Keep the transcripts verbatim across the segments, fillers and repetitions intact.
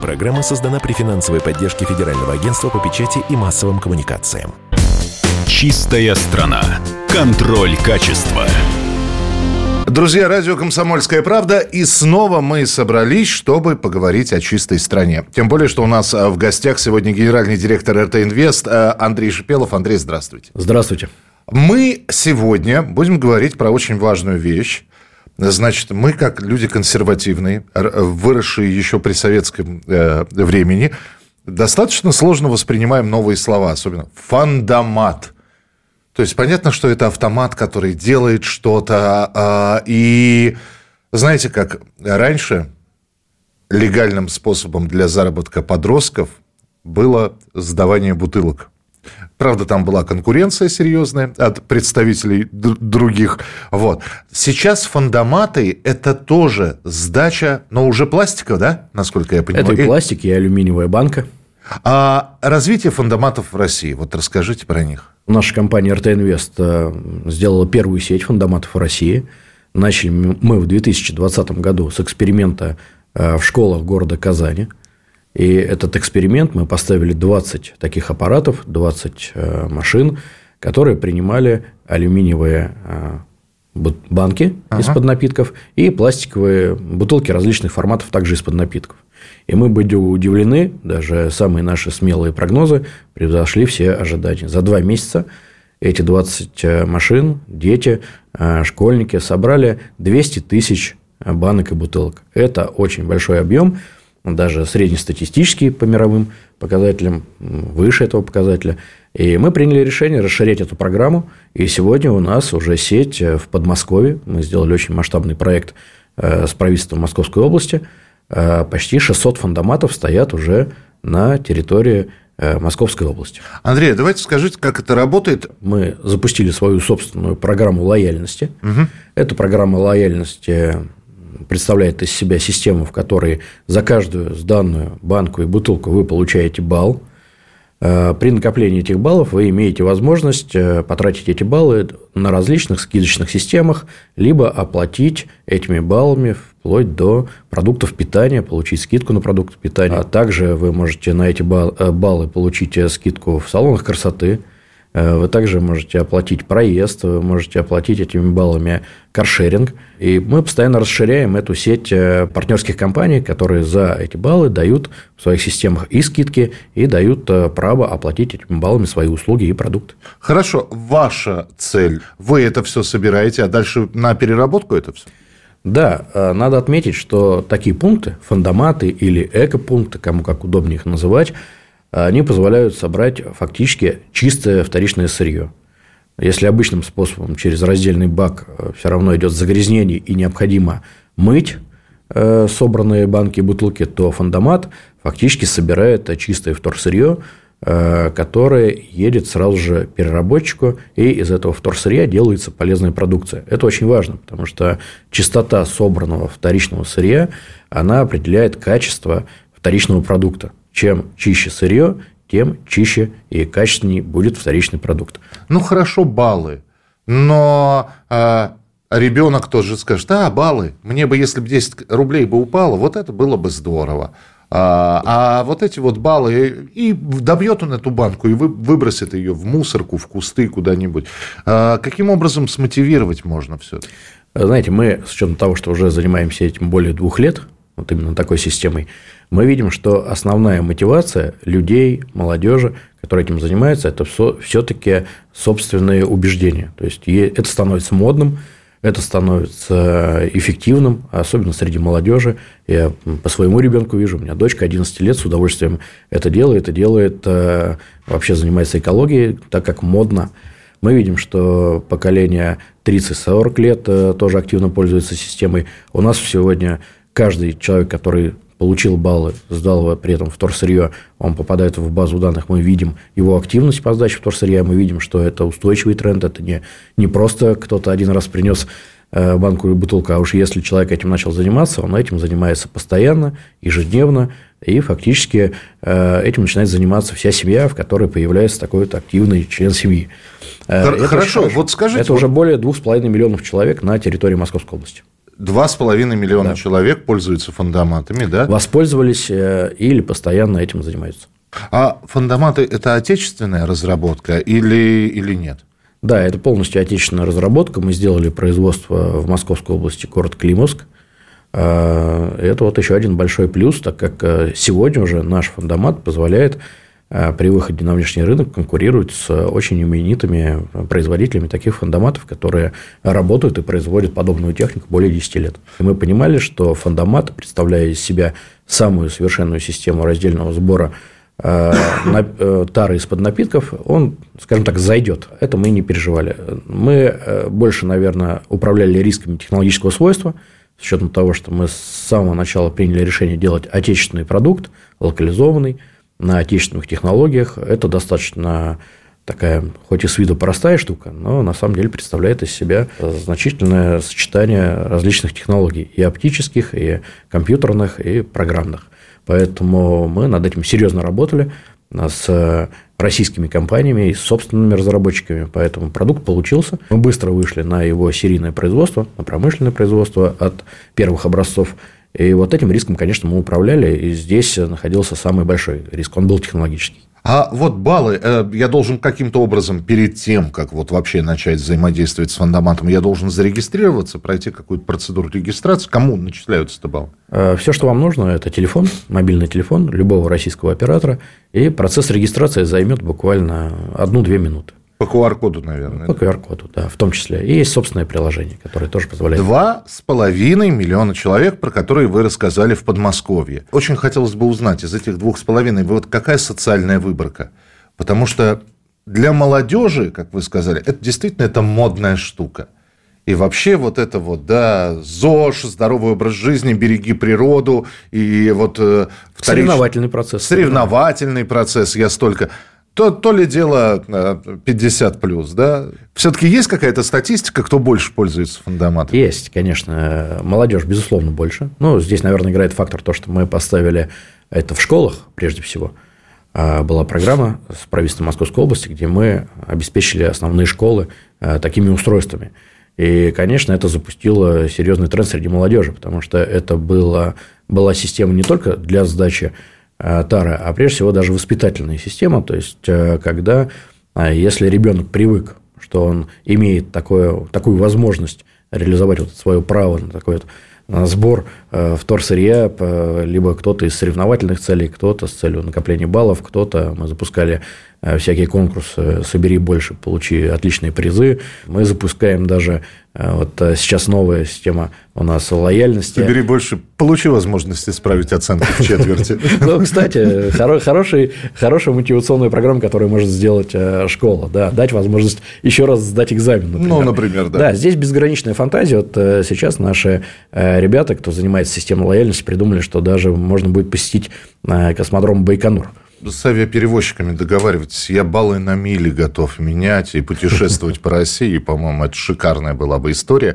Программа создана при финансовой поддержке Федерального агентства по печати и массовым коммуникациям. Чистая страна. Контроль качества. Друзья, радио «Комсомольская правда». И снова мы собрались, чтобы поговорить о чистой стране. Тем более, что у нас в гостях сегодня генеральный директор эр тэ Инвест Андрей Шипелов. Андрей, здравствуйте. Здравствуйте. Мы сегодня будем говорить про очень важную вещь. Значит, мы, как люди консервативные, выросшие еще при советском э, времени, достаточно сложно воспринимаем новые слова, особенно фандомат. То есть, понятно, что это автомат, который делает что-то. Э, и знаете, как раньше легальным способом для заработка подростков было сдавание бутылок. Правда, там была конкуренция серьезная от представителей д- других. Вот. Сейчас фандоматы – это тоже сдача, но уже пластика, да, насколько я понимаю? Это и пластик, и алюминиевая банка. А развитие фандоматов в России, вот расскажите про них. Наша компания эр тэ Инвест сделала первую сеть фандоматов в России. Начали мы в две тысячи двадцатом году с эксперимента в школах города Казани. И этот эксперимент мы поставили двадцать таких аппаратов, двадцать машин, которые принимали алюминиевые банки ага. из-под напитков и пластиковые бутылки различных форматов также из-под напитков. И мы были удивлены, даже самые наши смелые прогнозы превзошли все ожидания. За два месяца эти двадцать машин, дети, школьники собрали двести тысяч банок и бутылок. Это очень большой объем. Даже среднестатистический по мировым показателям, выше этого показателя. И мы приняли решение расширять эту программу. И сегодня у нас уже сеть в Подмосковье. Мы сделали очень масштабный проект с правительством Московской области. Почти шестьсот фандоматов стоят уже на территории Московской области. Андрей, давайте скажите, как это работает. Мы запустили свою собственную программу лояльности. Угу. Эта программа лояльности представляет из себя систему, в которой за каждую сданную банку и бутылку вы получаете балл. При накоплении этих баллов вы имеете возможность потратить эти баллы на различных скидочных системах, либо оплатить этими баллами вплоть до продуктов питания, получить скидку на продукты питания. А также вы можете на эти баллы получить скидку в салонах красоты. Вы также можете оплатить проезд, вы можете оплатить этими баллами каршеринг. И мы постоянно расширяем эту сеть партнерских компаний, которые за эти баллы дают в своих системах и скидки, и дают право оплатить этими баллами свои услуги и продукты. Хорошо, ваша цель, вы это все собираете, а дальше на переработку это все? Да, надо отметить, что такие пункты, фандоматы или экопункты, кому как удобнее их называть, они позволяют собрать фактически чистое вторичное сырье. Если обычным способом через раздельный бак все равно идет загрязнение и необходимо мыть собранные банки и бутылки, то фандомат фактически собирает чистое вторсырье, которое едет сразу же переработчику, и из этого вторсырья делается полезная продукция. Это очень важно, потому что чистота собранного вторичного сырья, она определяет качество вторичного продукта. Чем чище сырье, тем чище и качественнее будет вторичный продукт. Ну, хорошо, баллы. Но а, ребенок тоже скажет: а, баллы, мне бы, если бы десять рублей бы упало, вот это было бы здорово. А, а вот эти вот баллы, и добьет он эту банку, и вы, выбросит ее в мусорку, в кусты куда-нибудь. А, каким образом смотивировать можно все это? Знаете, мы, с учетом того, что уже занимаемся этим более двух лет, вот именно такой системой, мы видим, что основная мотивация людей, молодежи, которые этим занимаются, это все-таки собственные убеждения. То есть это становится модным, это становится эффективным, особенно среди молодежи. Я по своему ребенку вижу, у меня дочка одиннадцать лет с удовольствием это делает, и делает, вообще занимается экологией, так как модно. Мы видим, что поколение тридцать-сорок лет тоже активно пользуется системой. У нас сегодня каждый человек, который получил баллы, сдал при этом вторсырье, он попадает в базу данных, мы видим его активность по сдаче вторсырья, мы видим, что это устойчивый тренд, это не, не просто кто-то один раз принес банку или бутылку, а уж если человек этим начал заниматься, он этим занимается постоянно, ежедневно, и фактически этим начинает заниматься вся семья, в которой появляется такой вот активный член семьи. Хорошо, это вот скажите... Это вот... уже более двух с половиной миллионов человек на территории Московской области. Два с половиной миллиона да. человек пользуются фондоматами, да? Воспользовались или постоянно этим занимаются. А фондоматы – это отечественная разработка или, или нет? Да, это полностью отечественная разработка. Мы сделали производство в Московской области, город Климовск. Это вот еще один большой плюс, так как сегодня уже наш фондомат позволяет при выходе на внешний рынок конкурировать с очень именитыми производителями таких фондоматов, которые работают и производят подобную технику более десяти лет. И мы понимали, что фондомат, представляя из себя самую совершенную систему раздельного сбора тары из-под напитков, он, скажем так, зайдет. Это мы не переживали. Мы больше, наверное, управляли рисками технологического свойства, с учетом того, что мы с самого начала приняли решение делать отечественный продукт, локализованный, на отечественных технологиях. Это достаточно такая, хоть и с виду простая штука, но на самом деле представляет из себя значительное сочетание различных технологий, и оптических, и компьютерных, и программных. Поэтому мы над этим серьезно работали с российскими компаниями и с собственными разработчиками. Поэтому продукт получился. Мы быстро вышли на его серийное производство, на промышленное производство от первых образцов. И вот этим риском, конечно, мы управляли, и здесь находился самый большой риск. Он был технологический. А вот баллы, я должен каким-то образом перед тем, как вот вообще начать взаимодействовать с фондоматом, я должен зарегистрироваться, пройти какую-то процедуру регистрации. Кому начисляются-то баллы? Все, что вам нужно, это телефон, мобильный телефон любого российского оператора, и процесс регистрации займет буквально одну-две минуты. По ку ар коду, наверное. По ку ар коду, да, в том числе. И есть собственное приложение, которое тоже позволяет. Два с половиной миллиона человек, про которые вы рассказали в Подмосковье. Очень хотелось бы узнать, из этих двух с половиной, вот какая социальная выборка? Потому что для молодежи, как вы сказали, это действительно это модная штука. И вообще вот это вот, да, ЗОЖ, здоровый образ жизни, береги природу, и вот... Вторич... Соревновательный процесс. Соревновательный процесс, я столько... То, то ли дело пятьдесят плюс, да? Все-таки есть какая-то статистика, кто больше пользуется фондоматом? Есть, конечно. Молодежь, безусловно, больше. Ну, здесь, наверное, играет фактор то, что мы поставили это в школах, прежде всего. Была программа с правительством Московской области, где мы обеспечили основные школы такими устройствами. И, конечно, это запустило серьезный тренд среди молодежи, потому что это была, была система не только для сдачи тары, а прежде всего даже воспитательная система, то есть когда, если ребенок привык, что он имеет такое, такую возможность реализовать вот свое право на такой вот на сбор вторсырья, либо кто-то из соревновательных целей, кто-то с целью накопления баллов, кто-то, мы запускали всякие конкурсы «Собери больше, получи отличные призы». Мы запускаем даже, вот сейчас новая система у нас лояльности. «Собери больше, получи возможность исправить оценку в четверти». Ну, кстати, хорошая мотивационная программа, которую может сделать школа, да, дать возможность еще раз сдать экзамен, например. Ну, например, да. Да, здесь безграничная фантазия. Вот сейчас наши ребята, кто занимается системой лояльности, придумали, что даже можно будет посетить космодром Байконур. С авиаперевозчиками договаривайтесь. Я баллы на мили готов менять и путешествовать по России. По-моему, это шикарная была бы история.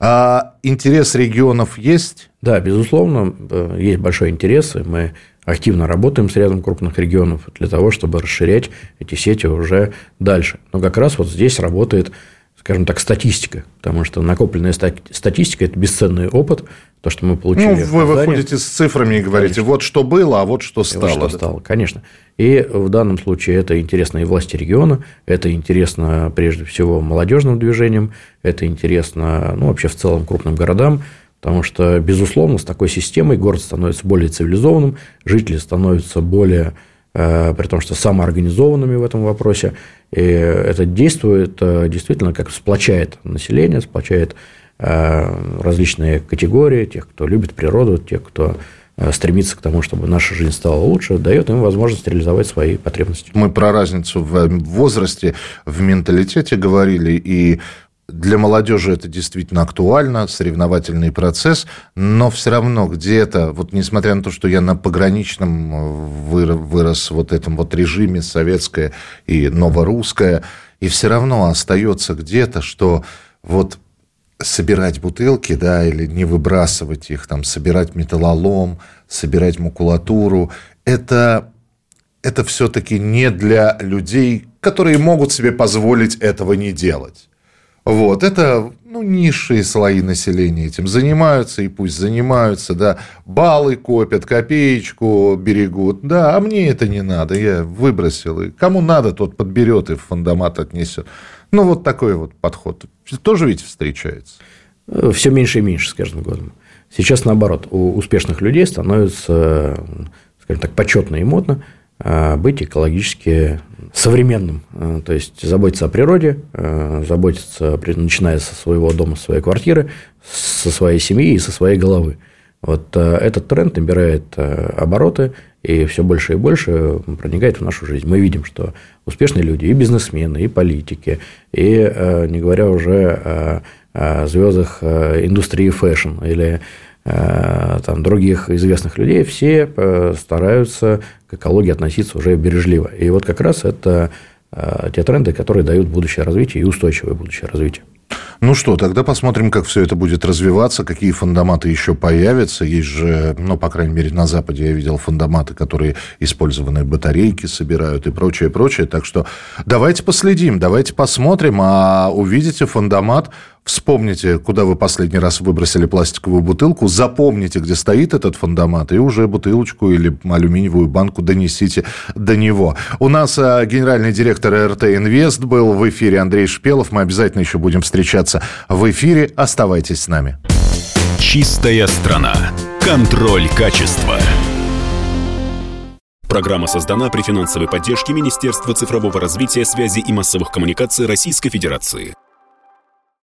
А интерес регионов есть? Да, безусловно, есть большой интерес. И мы активно работаем с рядом крупных регионов для того, чтобы расширять эти сети уже дальше. Но как раз вот здесь работает, скажем так, статистика, потому что накопленная статистика – это бесценный опыт, то, что мы получили. Ну, вы выходите с цифрами и говорите, конечно, вот что было, а вот что стало. Вот что стало, конечно. И в данном случае это интересно и власти региона, это интересно прежде всего молодежным движениям, это интересно, ну, вообще в целом крупным городам, потому что, безусловно, с такой системой город становится более цивилизованным, жители становятся более, э, при том, что самоорганизованными в этом вопросе, и это действует э, действительно как сплочает население, сплочает э, различные категории, тех, кто любит природу, тех, кто стремится к тому, чтобы наша жизнь стала лучше, дает им возможность реализовать свои потребности. Мы про разницу в возрасте, в менталитете говорили, и для молодежи это действительно актуально, соревновательный процесс, но все равно где-то, вот несмотря на то, что я на пограничном вырос в вот этом вот режиме советское и новорусское, и все равно остается где-то, что вот собирать бутылки, да, или не выбрасывать их, там, собирать металлолом, собирать макулатуру, это, это все-таки не для людей, которые могут себе позволить этого не делать. Вот, это, ну, низшие слои населения этим занимаются, и пусть занимаются, да, баллы копят, копеечку берегут, да, а мне это не надо, я выбросил, и кому надо, тот подберет и в фондомат отнесет. Ну, вот такой вот подход тоже ведь встречается. Все меньше и меньше с каждым годом. Сейчас, наоборот, у успешных людей становится, скажем так, почетно и модно быть экологически современным. То есть, заботиться о природе, заботиться, начиная со своего дома, со своей квартиры, со своей семьи и со своей головы. Вот этот тренд набирает обороты и все больше и больше проникает в нашу жизнь. Мы видим, что успешные люди, и бизнесмены, и политики, и, не говоря уже о звездах индустрии фэшн или там, других известных людей, все стараются к экологии относиться уже бережливо. И вот как раз это те тренды, которые дают будущее развитие и устойчивое будущее развитие. Ну что, тогда посмотрим, как все это будет развиваться, какие фондоматы еще появятся. Есть же, ну, по крайней мере, на Западе я видел фондоматы, которые использованные батарейки собирают и прочее, прочее. Так что давайте последим, давайте посмотрим, а увидите фондомат, вспомните, куда вы последний раз выбросили пластиковую бутылку, запомните, где стоит этот фондомат, и уже бутылочку или алюминиевую банку донесите до него. У нас а, генеральный директор эр тэ Инвест был в эфире Андрей Шпелов. Мы обязательно еще будем встречаться в эфире. Оставайтесь с нами. Чистая страна. Контроль качества. Программа создана при финансовой поддержке Министерства цифрового развития, связи и массовых коммуникаций Российской Федерации.